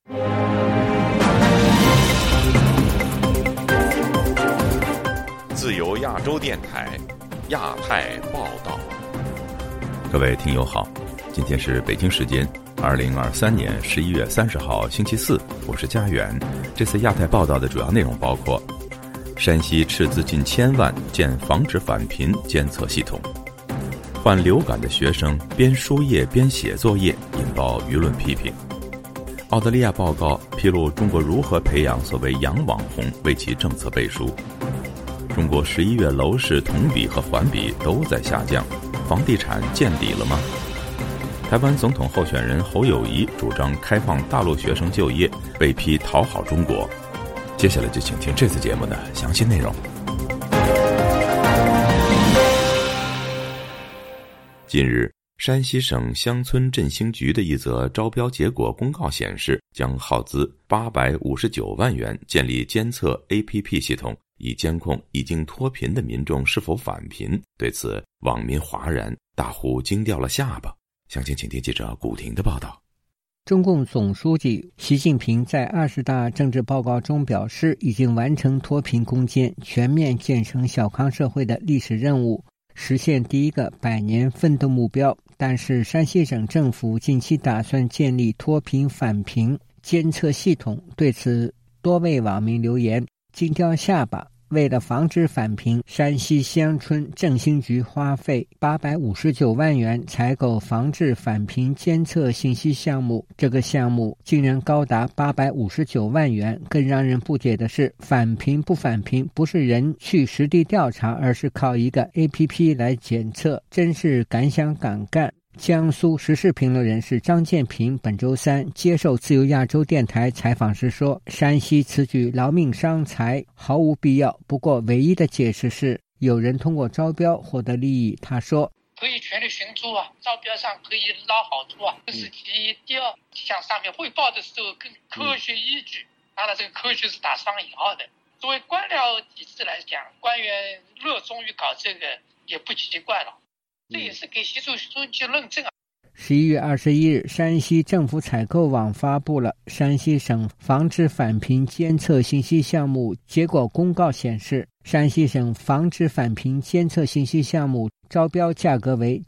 自由亚洲电台亚太报道。 各位听友好，今天是北京时间2023年11月30号星期四，我是佳远。这次亚太报道的主要内容包括：山西斥资近1000万建防止返贫监测系统；患流感的学生边输液边写作业，引爆舆论批评；澳大利亚报告披露中国如何培养所谓洋网红，为其政策背书；中国11月楼市同比和环比都在下降，房地产见底了吗？台湾总统候选人侯友宜主张开放大陆学生就业，被批讨好中国。接下来就请听这次节目的详细内容。近日，山西省乡村振兴局的一则招标结果公告显示，将耗资859万元建立监测 APP 系统，以监控已经脱贫的民众是否返贫。对此，网民哗然，大呼惊掉了下巴。详情请听记者古婷的报道。 中共总书记习近平在20大政治报告中表示，已经完成脱贫攻坚、全面建成小康社会的历史任务，实现第一个100年奋斗目标。但是山西省政府近期打算建立脱贫返贫监测系统，对此多位网民留言惊掉下巴。为了防止返贫，山西乡村振兴局花费859万元采购防治返贫监测信息项目，这个项目竟然高达859万元。更让人不解的是，返贫不返贫不是人去实地调查，而是靠一个 APP 来检测，真是敢想敢干。江苏时事评论人士张建平本周三接受自由亚洲电台采访时说，山西此举劳命伤财，毫无必要。不过唯一的解释是有人通过招标获得利益。他说， 可以全力寻租啊，招标上可以捞好处啊，这是其一。第二，向上面汇报的时候更科学依据，当然这个科学是打双引号的。作为官僚体制来讲，官员热衷于搞这个也不奇怪了，这也是给习主席论证啊。 11月21日，山西政府采购网发布了山西省防治返贫监测信息项目结果公告显示，山西省防治返贫监测信息项目招标价格为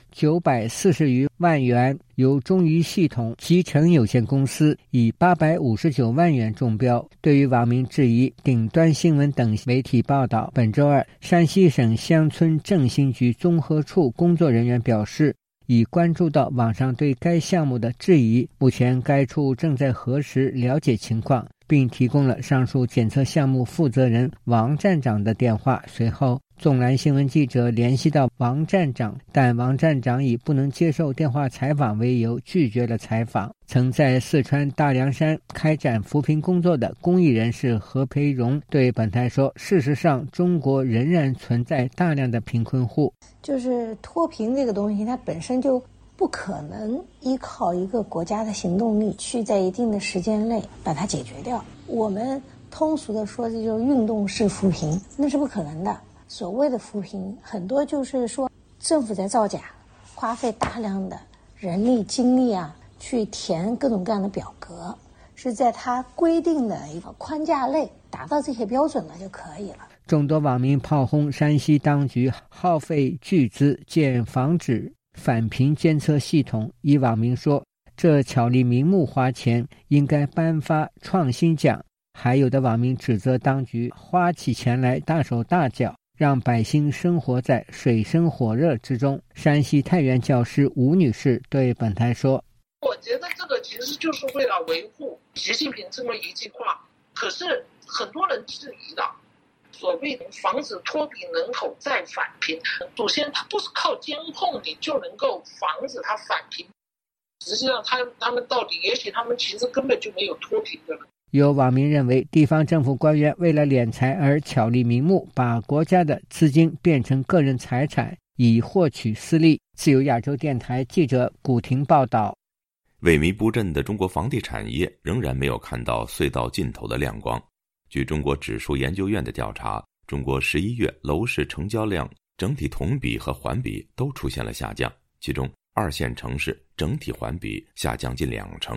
940余万元，由中医系统集成有限公司以859万元中标。对于网民质疑，顶端新闻等媒体报道，本周二，山西省乡村振兴局综合处工作人员表示，已关注到网上对该项目的质疑，目前该处正在核实了解情况，并提供了上述检测项目负责人王站长的电话。随后，纵览新闻记者联系到王站长，但王站长以不能接受电话采访为由拒绝了采访。曾在四川大凉山开展扶贫工作的公益人士何培荣对本台说，事实上中国仍然存在大量的贫困户， 就是脱贫这个东西它本身就不可能依靠一个国家的行动力去在一定的时间内把它解决掉。我们通俗的说，这就是运动式扶贫，那是不可能的。所谓的扶贫很多就是说政府在造假，花费大量的人力精力啊去填各种各样的表格，是在它规定的一个框架内达到这些标准了就可以了。 众多网民炮轰山西当局耗费巨资建防止返贫监测系统，一网民说，这巧立名目花钱，应该颁发创新奖。还有的网民指责当局花起钱来大手大脚，让百姓生活在水深火热之中。山西太原教师吴女士对本台说， 我觉得这个其实就是为了维护习近平这么一句话，可是很多人质疑的所谓的防止脱贫人口再返贫，首先它不是靠监控你就能够防止它返贫，实际上他们到底也许他们其实根本就没有脱贫的人。 有网民认为，地方政府官员为了敛财而巧立名目，把国家的资金变成个人财产，以获取私利。自由亚洲电台记者古婷报道。 萎靡不振的中国房地产业仍然没有看到隧道尽头的亮光。据中国指数研究院的调查，中国11月楼市成交量整体同比和环比都出现了下降，其中2线城市整体环比下降近2成。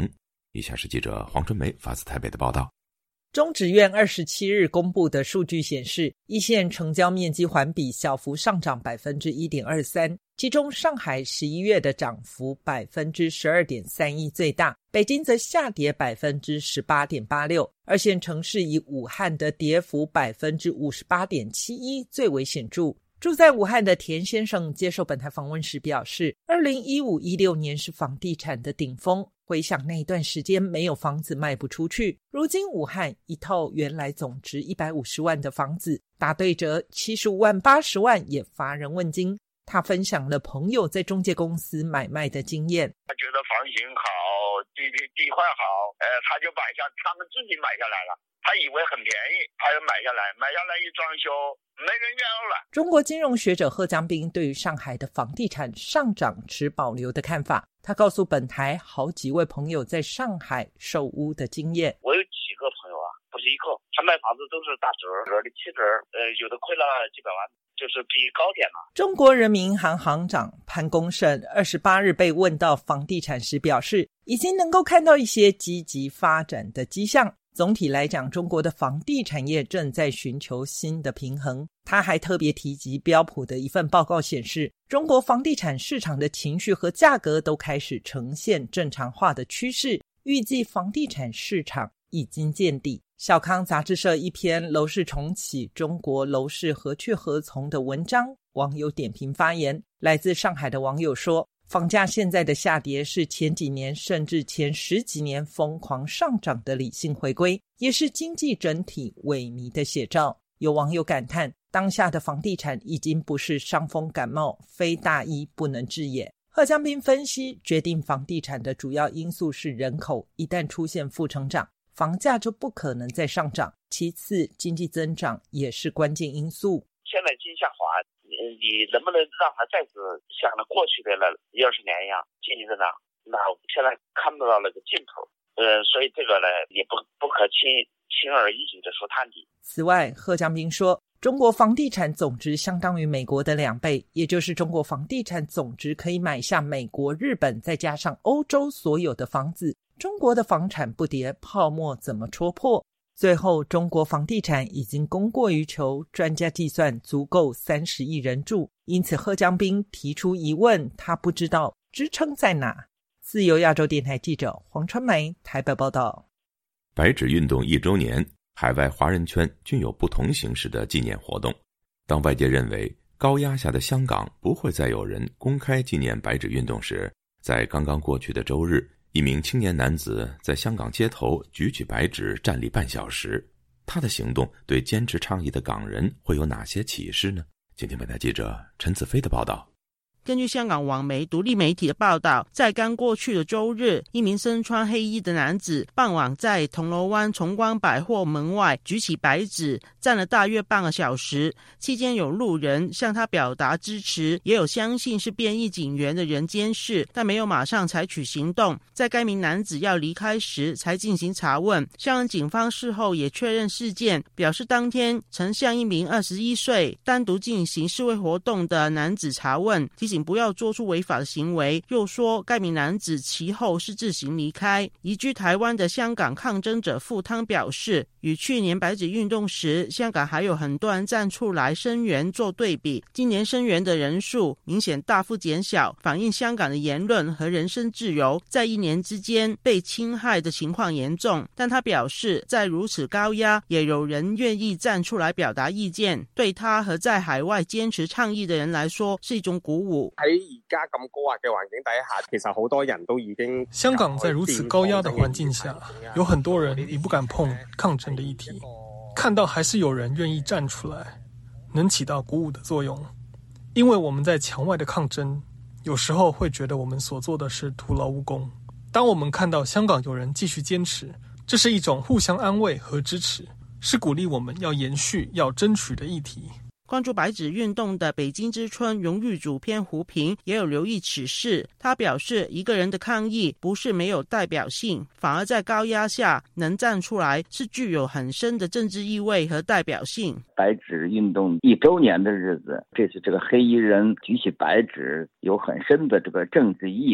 以下是记者黄春梅发自台北的报道。 中指院27日公布的数据显示，一线成交面积环比小幅上涨 1.23%， 其中上海11月的涨幅 12.31% 最大，北京则下跌 18.86%， 二线城市以武汉的跌幅 58.71% 最为显著。住在武汉的田先生接受本台访问时表示，2015-16年是房地产的顶峰，回想那一段时间没有房子卖不出去，如今武汉一套原来总值150万的房子，打对折75万80万也乏人问津。他分享了朋友在中介公司买卖的经验， 他觉得房型好，地块好，他就他们自己买下来了，他以为很便宜，他就买下来一装修没人要了。 中国金融学者贺江斌对于上海的房地产上涨持保留的看法，他告诉本台好几位朋友在上海售屋的经验。 我有几个朋友啊，不是一个，他买房子都是打折的7折，有的亏了几百万，就是比高点了。 中国人民银行行长潘功胜28日被问到房地产时表示，已经能够看到一些积极发展的迹象。总体来讲，中国的房地产业正在寻求新的平衡。他还特别提及标普的一份报告显示，中国房地产市场的情绪和价格都开始呈现正常化的趋势，预计房地产市场已经见底。小康杂志社一篇楼市重启，中国楼市何去何从的文章，网友点评发言。来自上海的网友说，房价现在的下跌是前几年甚至前10几年疯狂上涨的理性回归，也是经济整体萎靡的写照。有网友感叹，当下的房地产已经不是伤风感冒，非大医不能治也。贺江斌分析，决定房地产的主要因素是人口，一旦出现负成长，房价就不可能再上涨。其次，经济增长也是关键因素。 现在经济下滑，你能不能让它再次像过去的1-20年一样经济增长？那我们现在看不到那个尽头。所以这个呢，也不可轻而易举的说探底。 此外，贺江斌说，中国房地产总值相当于美国的2倍，也就是中国房地产总值可以买下美国、日本再加上欧洲所有的房子。中国的房产不跌，泡沫怎么戳破？最后，中国房地产已经供过于求，专家计算足够30亿人住，因此贺江斌提出疑问，他不知道支撑在哪。自由亚洲电台记者黄春梅台北报道。 白纸运动1周年，海外华人圈均有不同形式的纪念活动。当外界认为高压下的香港不会再有人公开纪念白纸运动时，在刚刚过去的周日，一名青年男子在香港街头举起白纸站立半小时。他的行动对坚持倡议的港人会有哪些启示呢？请听本台记者陈子飞的报道。 根据香港网媒独立媒体的报道，在刚过去的周日，一名身穿黑衣的男子傍晚在铜锣湾崇光百货门外举起白纸，站了大约半个小时。期间有路人向他表达支持，也有相信是便衣警员的人监视，但没有马上采取行动。在该名男子要离开时才进行查问。香港警方事后也确认事件，表示当天曾向一名21岁单独进行示威活动的男子查问，提醒不要做出违法的行为，又说该名男子其后是自行离开。移居台湾的香港抗争者傅汤表示，与去年白纸运动时，香港还有很多人站出来声援做对比，今年声援的人数明显大幅减小，反映香港的言论和人身自由在1年之间被侵害的情况严重。但他表示，在如此高壓，也有人願意站出來表達意見，對他和在海外堅持倡議的人來說是一種鼓舞。 喺而家咁高壓嘅環境底下，其實好多人都已經香港在如此高壓的環境下，有很多人已不敢碰抗爭的議題，看到還是有人願意站出來，能起到鼓舞的作用。因為我們在牆外的抗爭，有時候會覺得我們所做的是徒勞無功。當我們看到香港有人繼續堅持，這是一種互相安慰和支持，是鼓勵我們要延續、要爭取的議題。 關注白紙運動的北京之春榮譽主編胡平也有留意此事，他表示一個人的抗議不是沒有代表性，反而在高壓下能站出來是具有很深的政治意味和代表性。 白紙運動1周年的日子，這次這個黑衣人舉起白紙有很深的這個政治意味，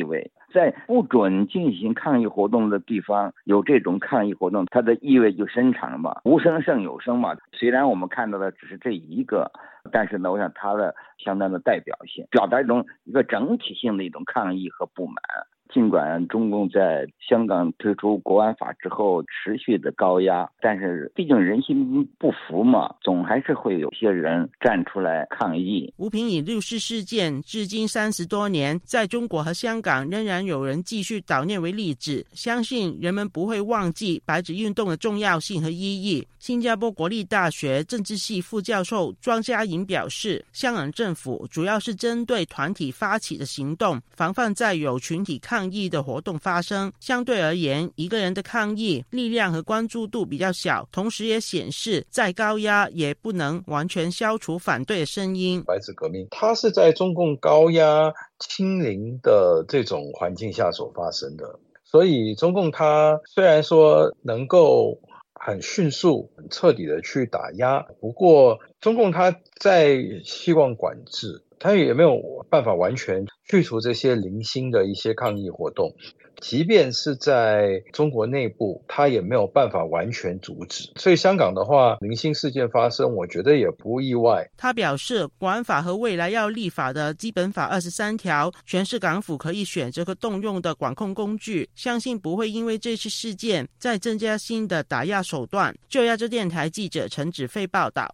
在不准进行抗议活动的地方有这种抗议活动，它的意味就深长嘛，无声胜有声嘛。虽然我们看到的只是这一个，但是呢，我想它的相当的代表性，表达一个整体性的一种抗议和不满。尽管中共在香港推出国安法之后持续的高压，但是毕竟人心不服嘛，总还是会有些人站出来抗议。 吴平以六四事件至今30多年，在中国和香港仍然有人继续悼念为例子，相信人们不会忘记白纸运动的重要性和意义。新加坡国立大学政治系副教授庄家颖表示，香港政府主要是针对团体发起的行动，防范再有群体抗议的活动发生。相对而言，一个人的抗议力量和关注度比较小，同时也显示再高压也不能完全消除反对的声音。 白纸革命它是在中共高压清零的这种环境下所发生的，所以中共它虽然说能够很迅速很彻底的去打压，不过中共它在希望管制，它也没有办法完全去除这些零星的一些抗议活动，即便是在中国内部它也没有办法完全阻止。所以香港的话，零星事件发生我觉得也不意外。 他表示，国安法和未来要立法的基本法23条全是港府可以选择和动用的管控工具，相信不会因为这次事件再增加新的打压手段。就亚洲电台记者陈子飞报道。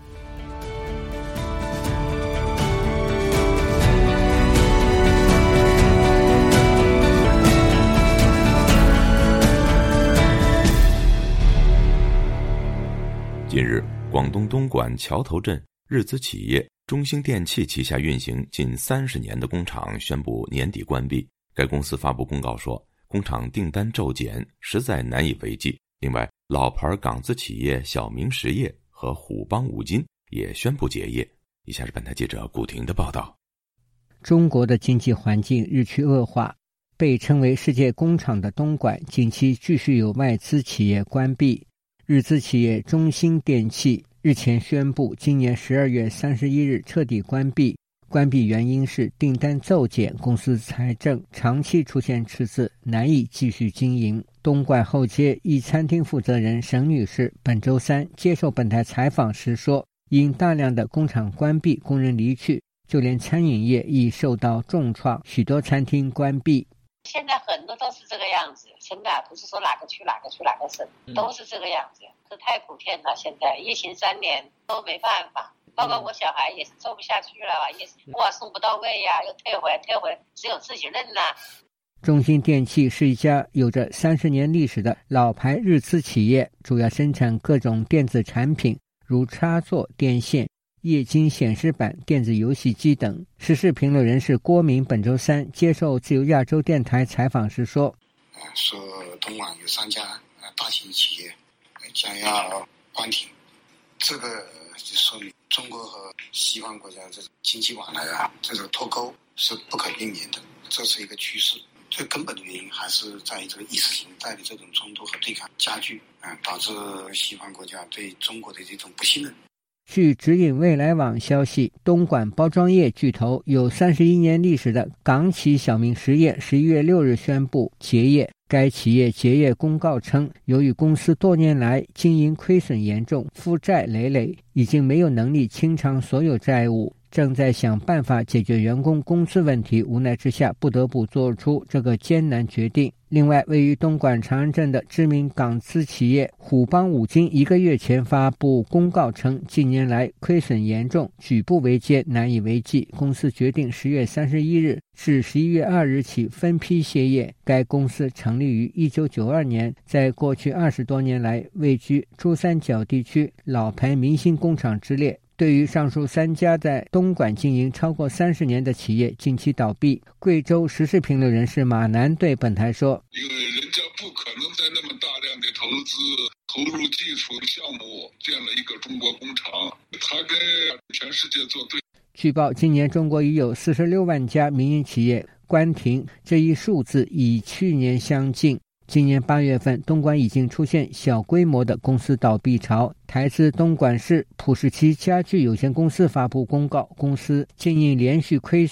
近日，广东东莞桥头镇日资企业中兴电器旗下运行近30年的工厂宣布年底关闭。该公司发布公告说，工厂订单骤减，实在难以为继。另外，老牌港资企业小明实业和虎邦五金也宣布结业。以下是本台记者古婷的报道。 中国的经济环境日趋恶化，被称为世界工厂的东莞近期继续有外资企业关闭。日资企业中兴电器日前宣布，今年12月31日彻底关闭。关闭原因是订单骤减，公司财政长期出现赤字，难以继续经营。东莞后街一餐厅负责人沈女士本周三接受本台采访时说，因大量的工厂关闭，工人离去，就连餐饮业亦受到重创，许多餐厅关闭。 现在很多都是这个样子，真的不是说哪个区哪个省，都是这个样子，这太普遍了。现在疫情3年都没办法，包括我小孩也是做不下去了，也是送不到位呀，又退回，只有自己认了。 中兴电器是一家有着30年历史的老牌日资企业，主要生产各种电子产品，如插座、电线、液晶显示板、电子游戏机等。时事评论人士郭明本周三接受自由亚洲电台采访时说， 说东莞有3家大型企业将要关停，这个就说明中国和西方国家这种经济往来这种脱钩是不可避免的，这是一个趋势。最根本的原因还是在于这个意识形态的这种冲突和对抗加剧，导致西方国家对中国的这种不信任。 据指引未来网消息，东莞包装业巨头有31年历史的港企小明实业11月6日宣布结业。该企业结业公告称，由于公司多年来经营亏损严重，负债累累，已经没有能力清偿所有债务，正在想办法解决员工工资问题，无奈之下不得不做出这个艰难决定。另外，位于东莞长安镇的知名港资企业虎邦五金1个月前发布公告称，近年来亏损严重，举步维艰，难以为继。公司决定10月31日至11月2日起分批歇业。该公司成立于1992年，在过去20多年来位居珠三角地区老牌明星工厂之列。对于上述3家在东莞经营超过30年的企业近期倒闭，贵州时事评论人士马南对本台说， 因为人家不可能在那么大量的投入技术项目建了一个中国工厂，他跟全世界作对。 据报，今年中国已有46万家民营企业关停，这一数字与去年相近。今年8月份，东莞已经出现小规模的公司倒闭潮。台资东莞市普世奇家具有限公司发布公告，公司经营连续亏损，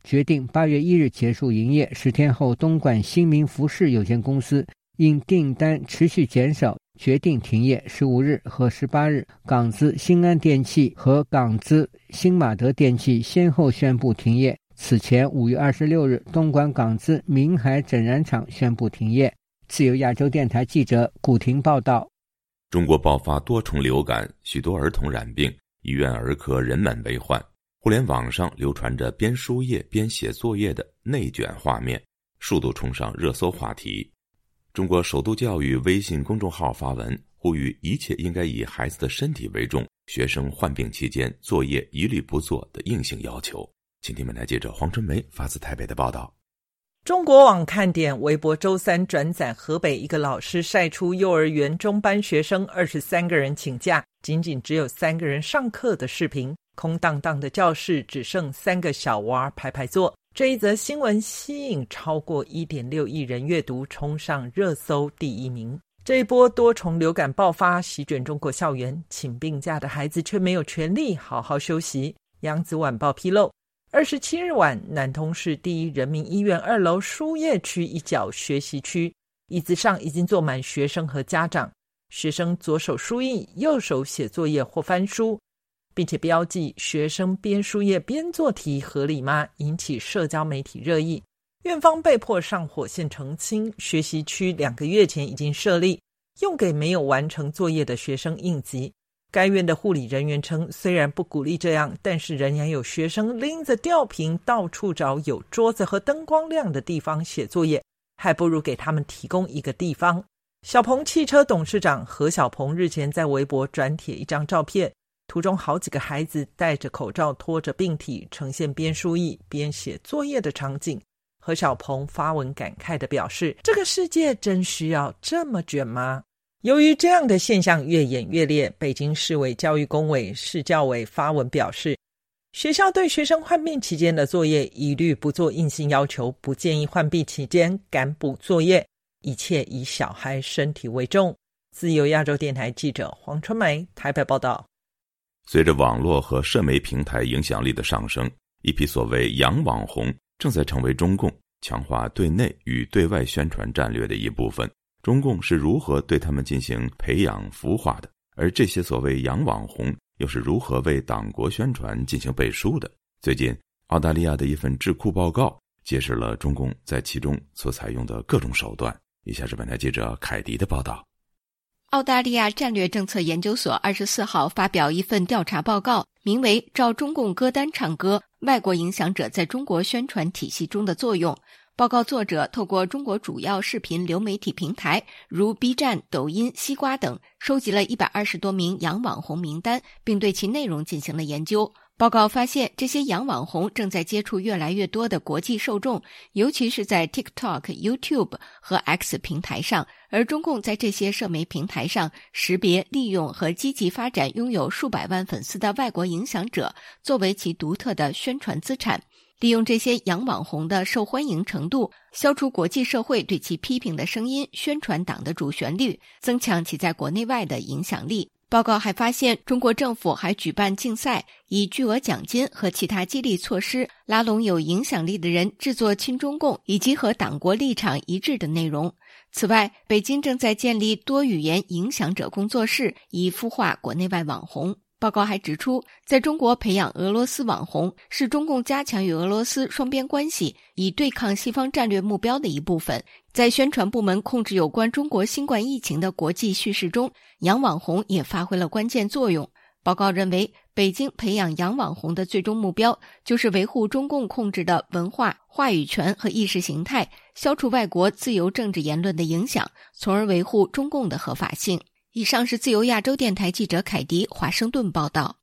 决定8月1日结束营业。10天后，东莞新民服饰有限公司因订单持续减少，决定停业。15日和18日，港资新安电器和港资新马德电器先后宣布停业。此前5月26日，东莞港资明海整染厂宣布停业。自由亚洲电台记者古婷报道。 中国爆发多重流感，许多儿童染病，医院儿科人满为患。互联网上流传着边输液边写作业的内卷画面，数度冲上热搜话题。中国首都教育微信公众号发文，呼吁一切应该以孩子的身体为重，学生患病期间作业一律不做的硬性要求。请听本台记者黄春梅发自台北的报道。 中国网看点微博周三转载河北一个老师晒出幼儿园中班学生23个人请假，仅只有3个人上课的视频，空荡荡的教室只剩3个小娃排坐。这一则新闻吸引超过 1.6 亿人阅读，冲上热搜第1名。这一波多重流感爆发席卷中国校园，请病假的孩子却没有权利好好休息。扬子晚报披露，27日晚，南通市第一人民医院2楼输液区一角学习区，椅子上已经坐满学生和家长。学生左手输液，右手写作业或翻书，并且标记学生边输液边做题合理吗？引起社交媒体热议。院方被迫上火线澄清，学习区2个月前已经设立，用给没有完成作业的学生应急。该院的护理人员称，虽然不鼓励这样，但是仍然有学生拎着吊瓶到处找有桌子和灯光亮的地方写作业，还不如给他们提供一个地方。小鹏汽车董事长何小鹏日前在微博转帖一张照片，图中好几个孩子戴着口罩拖着病体，呈现边输液边写作业的场景。何小鹏发文感慨地表示，这个世界真需要这么卷吗？由于这样的现象越演越烈，北京市委教育工委、市教委发文表示，学校对学生患病期间的作业一律不做硬性要求，不建议患病期间赶补作业，一切以小孩身体为重。自由亚洲电台记者黄春梅台北报道。 随着网络和社媒平台影响力的上升，一批所谓洋网红正在成为中共强化对内与对外宣传战略的一部分。中共是如何对他们进行培养孵化的？而这些所谓洋网红又是如何为党国宣传进行背书的？最近，澳大利亚的一份智库报告揭示了中共在其中所采用的各种手段。以下是本台记者凯迪的报道。 澳大利亚战略政策研究所24号发表一份调查报告，名为《照中共歌单唱歌：外国影响者在中国宣传体系中的作用》。报告作者透过中国主要视频流媒体平台，如 B 站、抖音、西瓜等，收集了120多名洋网红名单，并对其内容进行了研究。报告发现，这些洋网红正在接触越来越多的国际受众，尤其是在 TikTok、YouTube 和 X 平台上，而中共在这些社媒平台上识别、利用和积极发展拥有数百万粉丝的外国影响者，作为其独特的宣传资产。利用这些洋网红的受欢迎程度，消除国际社会对其批评的声音，宣传党的主旋律，增强其在国内外的影响力。报告还发现，中国政府还举办竞赛，以巨额奖金和其他激励措施拉拢有影响力的人制作亲中共以及和党国立场一致的内容。此外，北京正在建立多语言影响者工作室，以孵化国内外网红。报告还指出，在中国培养俄罗斯网红是中共加强与俄罗斯双边关系，以对抗西方战略目标的一部分。在宣传部门控制有关中国新冠疫情的国际叙事中，洋网红也发挥了关键作用。报告认为，北京培养洋网红的最终目标就是维护中共控制的文化、话语权和意识形态，消除外国自由政治言论的影响，从而维护中共的合法性。以上是自由亚洲电台记者凯迪华盛顿报道。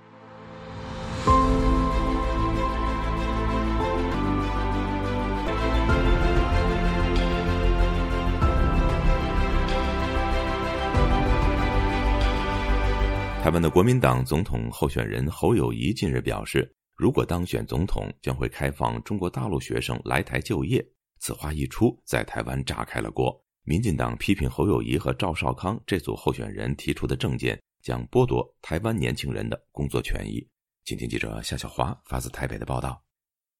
台湾的国民党总统候选人侯友宜近日表示，如果当选总统，将会开放中国大陆学生来台就业。此话一出，在台湾炸开了锅。民进党批评侯友宜和赵少康这组候选人提出的政见将剥夺台湾年轻人的工作权益。请听记者夏小华发自台北的报道。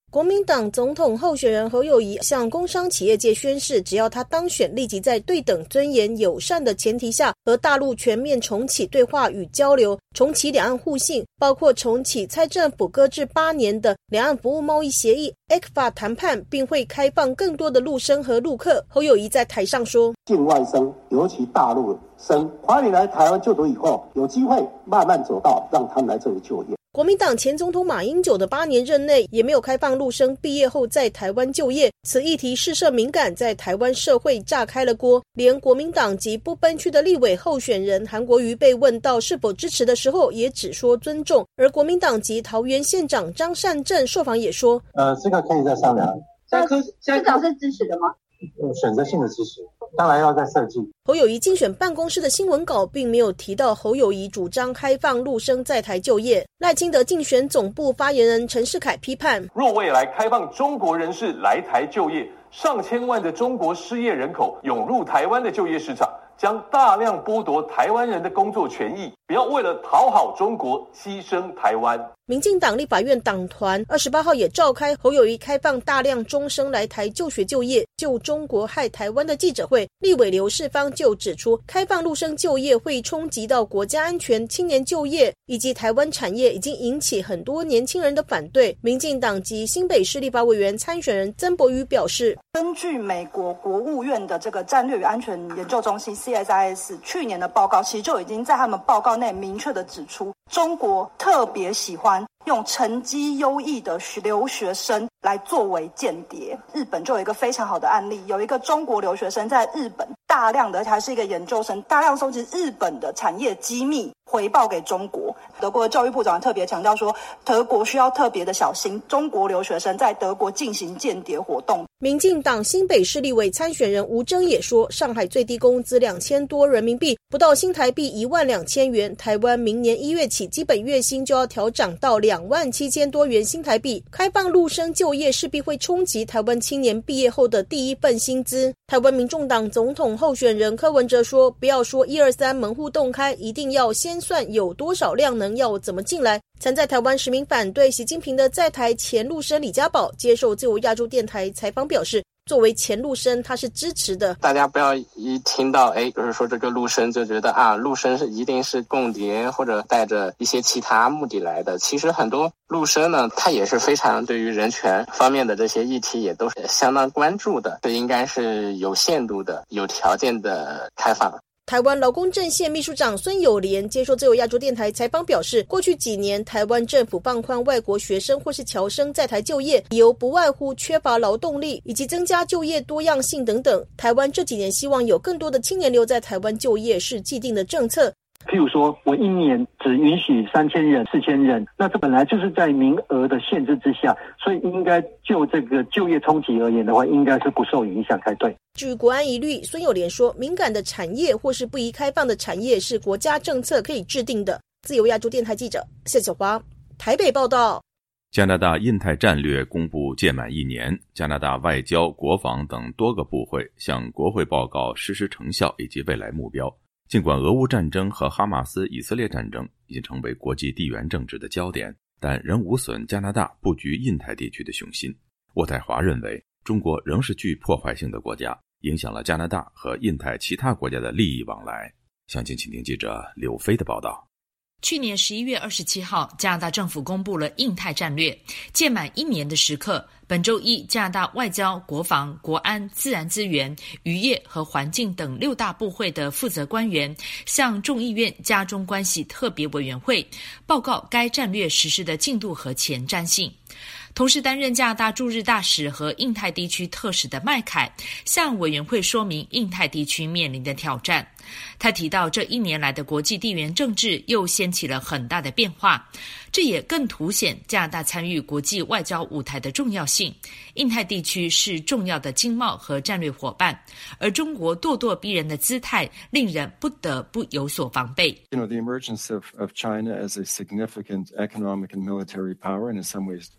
国民党总统候选人侯友宜向工商企业界宣示，只要他当选，立即在对等、尊严、友善的前提下，和大陆全面重启对话与交流，重启两岸互信，包括重启蔡政府搁置8年的两岸服务贸易协议 ECFA 谈判，并会开放更多的陆生和陆客。侯友宜在台上说， 境外生，尤其大陆生，欢迎来台湾就读以后，有机会慢慢走到让他们来这里就业。 国民党前总统马英九的8年任内也没有开放陆生毕业后在台湾就业，此议题事涉敏感，在台湾社会炸开了锅。连国民党籍不分区的立委候选人韩国瑜被问到是否支持的时候，也只说尊重。而国民党籍桃园县长张善政受访也说， 这个可以再商量。 市长是支持的吗？ 选择性的支持，当然要再设计。 侯友宜竞选办公室的新闻稿并没有提到侯友宜主张开放陆生在台就业。赖清德竞选总部发言人陈世凯批判， 若未来开放中国人士来台就业，上千万的中国失业人口涌入台湾的就业市场，将大量剥夺台湾人的工作权益，不要为了讨好中国牺牲台湾。 民进党立法院党团28号也召开侯友宜开放大量中生来台就学就业、救中国害台湾的记者会。立委刘世芳就指出，开放陆生就业会冲击到国家安全、青年就业以及台湾产业，已经引起很多年轻人的反对。民进党籍新北市立法委员参选人曾博瑜表示， 根据美国国务院的这个战略与安全研究中心 CSIS 去年的报告，其实就已经在他们报告内明确的指出，中国特别喜欢用成绩优异的留学生来作为间谍。日本就有一个非常好的案例，有一个中国留学生在日本大量的，还是一个研究生，大量收集日本的产业机密回报给中国。德国的教育部长特别强调说，德国需要特别的小心中国留学生在德国进行间谍活动。 民进党新北市立委参选人吴峥也说，上海最低工资2000多人民币，不到新台币12000元，台湾明年1月起基本月薪就要调涨到27000多元新台币。开放陆生就业势必会冲击台湾青年毕业后的第一份薪资。台湾民众党总统候选人柯文哲说，不要说1、2、3门户洞开，一定要先算有多少量能，要怎么进来。曾在台湾实名反对习近平的在台前陆生李家宝接受自由亚洲电台采访表示，作为前陆生他是支持的。 大家不要一听到就是说这个陆生就觉得陆生是一定是共谍或者带着一些其他目的来的。其实很多陆生呢，他也是非常对于人权方面的这些议题也都是相当关注的，这应该是有限度的、有条件的开放。 台湾劳工阵线秘书长孙友莲接受自由亚洲电台采访表示，过去几年台湾政府放宽外国学生或是侨生在台就业，理由不外乎缺乏劳动力以及增加就业多样性等等。台湾这几年希望有更多的青年留在台湾就业是既定的政策。 譬如说我1年只允许3000人、4000人，那这本来就是在名额的限制之下，所以应该就这个就业冲击而言的话，应该是不受影响才对。 至于国安疑虑，孙友莲说，敏感的产业或是不宜开放的产业是国家政策可以制定的。自由亚洲电台记者谢小华台北报道。 加拿大印太战略公布届满1年，加拿大外交、国防等多个部会向国会报告实施成效以及未来目标。尽管俄乌战争和哈马斯以色列战争已经成为国际地缘政治的焦点，但仍无损加拿大布局印太地区的雄心。渥太华认为，中国仍是具破坏性的国家，影响了加拿大和印太其他国家的利益往来。详情请听记者柳飞的报道。 去年11月27号，加拿大政府公布了印太战略，届满1年的时刻，本周一，加拿大外交、国防、国安、自然资源、渔业和环境等6大部会的负责官员向众议院加中关系特别委员会报告该战略实施的进度和前瞻性。同时担任加拿大驻日大使和印太地区特使的麦凯向委员会说明印太地区面临的挑战。他提到，这1年来的国际地缘政治又掀起了很大的变化，这也更凸显加拿大参与国际外交舞台的重要性。印太地区是重要的经贸和战略伙伴，而中国咄咄逼人的姿态令人不得不有所防备。 The emergence of China as a significant economic and military power and in some ways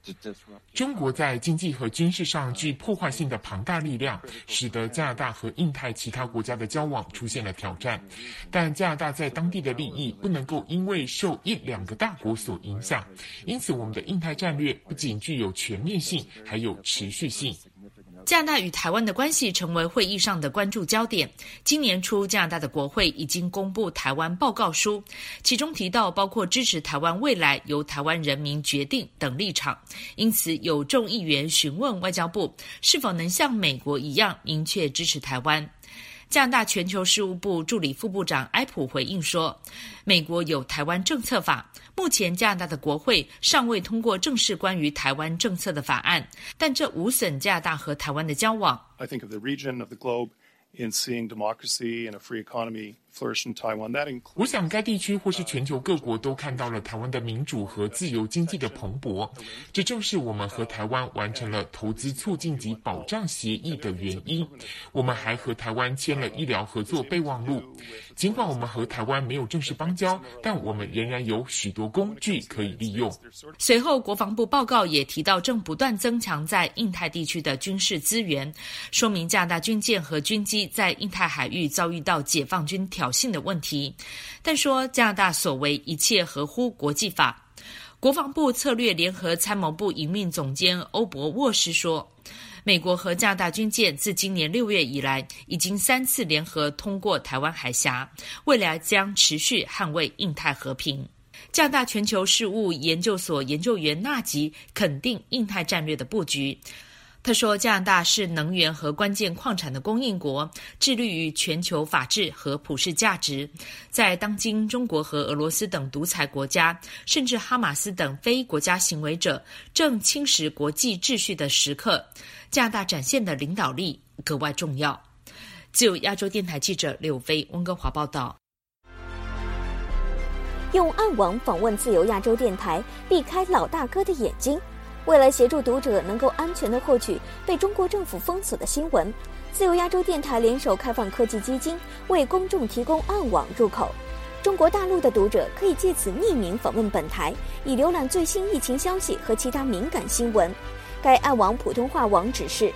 中国在经济和军事上具破坏性的庞大力量，使得加拿大和印太其他国家的交往出现了挑战。但加拿大在当地的利益不能够因为受一两个大国所影响，因此我们的印太战略不仅具有全面性，还有持续性。 加拿大与台湾的关系成为会议上的关注焦点。今年初，加拿大的国会已经公布台湾报告书，其中提到包括支持台湾未来由台湾人民决定等立场。因此，有众议员询问外交部是否能像美国一样明确支持台湾。加拿大全球事务部助理副部长埃普回应说，美国有台湾政策法，目前加拿大的国会尚未通过正式关于台湾政策的法案，但这无损加拿大和台湾的交往。 I think of the region of the globe in seeing democracy and a free economy flourish in Taiwan. That includes 我想该地区或是全球各国都看到了台湾的民主和自由经济的蓬勃，这正是我们和台湾完成了投资促进及保障协议的原因。我们还和台湾签了医疗合作备忘录。尽管我们和台湾没有正式邦交，但我们仍然有许多工具可以利用。 随后，国防部报告也提到，正不断增强在印太地区的军事资源，说明加拿大军舰和军机在印太海域遭遇到解放军挑衅的问题，但说加拿大所为一切合乎国际法。国防部策略联合参谋部营运总监欧伯沃斯说，美国和加拿大军舰自今年6月以来，已经3次联合通过台湾海峡，未来将持续捍卫印太和平。加拿大全球事务研究所研究员纳吉肯定印太战略的布局。他说，加拿大是能源和关键矿产的供应国，致力于全球法治和普世价值。在当今中国和俄罗斯等独裁国家，甚至哈马斯等非国家行为者正侵蚀国际秩序的时刻，加拿大展现的领导力格外重要。自由亚洲电台记者柳飞温哥华报道。 用暗网访问自由亚洲电台，避开老大哥的眼睛。为了协助读者能够安全地获取被中国政府封锁的新闻，自由亚洲电台联手开放科技基金为公众提供暗网入口。中国大陆的读者可以借此匿名访问本台，以浏览最新疫情消息和其他敏感新闻。该暗网普通话网址是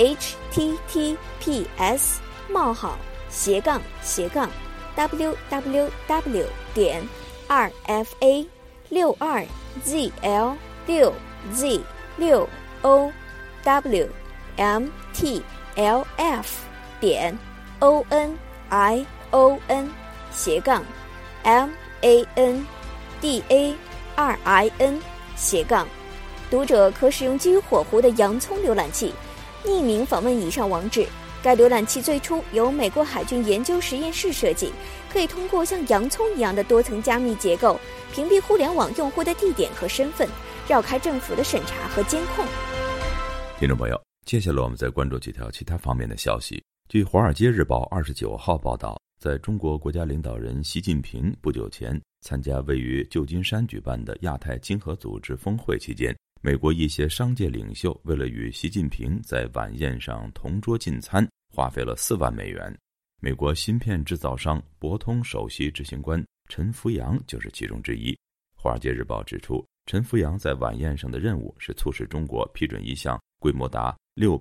www.rfa620.mtlf.owen.mandarin/。读者可使用基于火狐的洋葱浏览器，匿名访问以上网址。该浏览器最初由美国海军研究实验室设计，可以通过像洋葱一样的多层加密结构，屏蔽互联网用户的地点和身份，绕开政府的审查和监控。 听众朋友，接下来我们再关注几条其他方面的消息。据《华尔街日报》29号报道，在中国国家领导人习近平不久前参加位于旧金山举办的亚太经合组织峰会期间，美国一些商界领袖为了与习近平在晚宴上同桌进餐，花费了4万美元。美国芯片制造商博通首席执行官陈福阳就是其中之一。《华尔街日报》指出，陈福阳在晚宴上的任务是促使中国批准一项规模达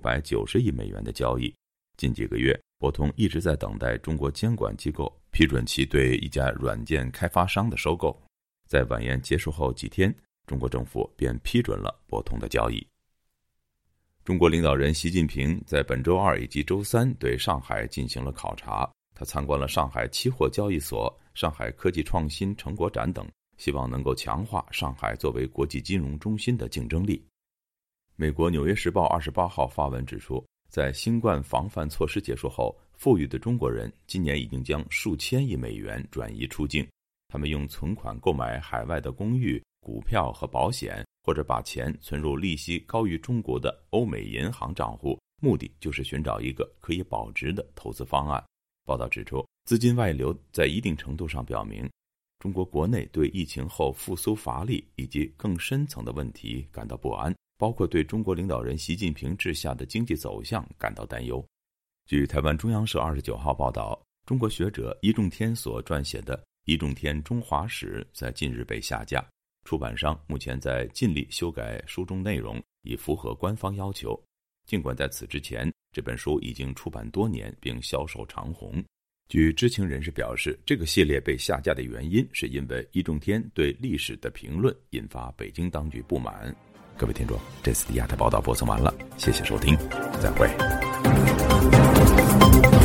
690亿美元的交易。近几个月，博通一直在等待中国监管机构批准其对一家软件开发商的收购。在晚宴结束后几天，中国政府便批准了博通的交易。中国领导人习近平在本周2以及周3对上海进行了考察，他参观了上海期货交易所、上海科技创新成果展等，希望能够强化上海作为国际金融中心的竞争力。美国《纽约时报》28号发文指出，在新冠防范措施结束后，富裕的中国人今年已经将数千亿美元转移出境，他们用存款购买海外的公寓、股票和保险，或者把钱存入利息高于中国的欧美银行账户，目的就是寻找一个可以保值的投资方案。报道指出，资金外流在一定程度上表明，中国国内对疫情后复苏乏力以及更深层的问题感到不安，包括对中国领导人习近平治下的经济走向感到担忧。据台湾中央社29号报道，中国学者易仲天所撰写的《易仲天中华史》在近日被下架，出版商目前在尽力修改书中内容， 以符合官方要求。尽管在此之前，这本书已经出版多年并销售长红。据知情人士表示，这个系列被下架的原因是因为易中天对历史的评论引发北京当局不满。各位听众，这次的亚太报道播送完了，谢谢收听，再会。